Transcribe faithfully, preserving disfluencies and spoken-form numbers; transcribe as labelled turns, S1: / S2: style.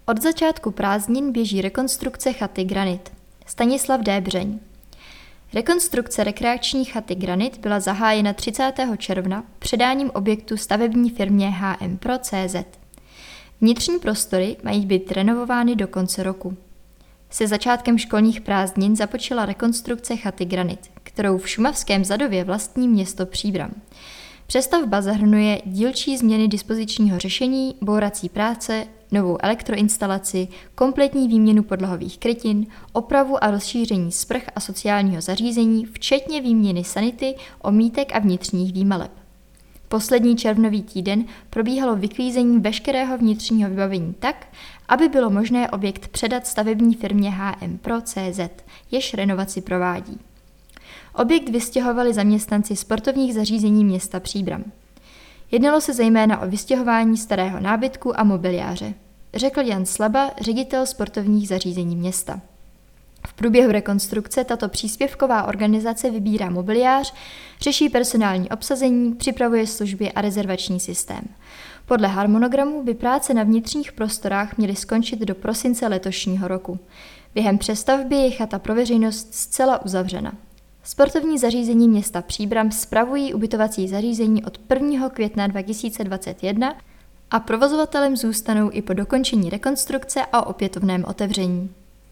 S1: Od začátku prázdnin běží rekonstrukce chaty Granit. Stanislav Débřeň. Rekonstrukce rekreační chaty Granit byla zahájena třicátého června předáním objektu stavební firmě H M Pro C Z. Vnitřní prostory mají být renovovány do konce roku. Se začátkem školních prázdnin započala rekonstrukce chaty Granit, kterou v šumavském Zadově vlastní město Příbram. Přestavba zahrnuje dílčí změny dispozičního řešení, bourací práce, novou elektroinstalaci, kompletní výměnu podlahových krytin, opravu a rozšíření sprch a sociálního zařízení, včetně výměny sanity, omítek a vnitřních výmaleb. Poslední červnový týden probíhalo vyklízení veškerého vnitřního vybavení tak, aby bylo možné objekt předat stavební firmě H M Pro C Z, jež renovaci provádí. Objekt vystěhovali zaměstnanci sportovních zařízení města Příbram. Jednalo se zejména o vystěhování starého nábytku a mobiliáře, řekl Jan Slaba, ředitel sportovních zařízení města. V průběhu rekonstrukce tato příspěvková organizace vybírá mobiliář, řeší personální obsazení, připravuje služby a rezervační systém. Podle harmonogramu by práce na vnitřních prostorách měly skončit do prosince letošního roku. Během přestavby je chata pro veřejnost zcela uzavřena. Sportovní zařízení města Příbram spravují ubytovací zařízení od prvního května dva tisíce dvacet jedna a provozovatelem zůstanou i po dokončení rekonstrukce a opětovném otevření.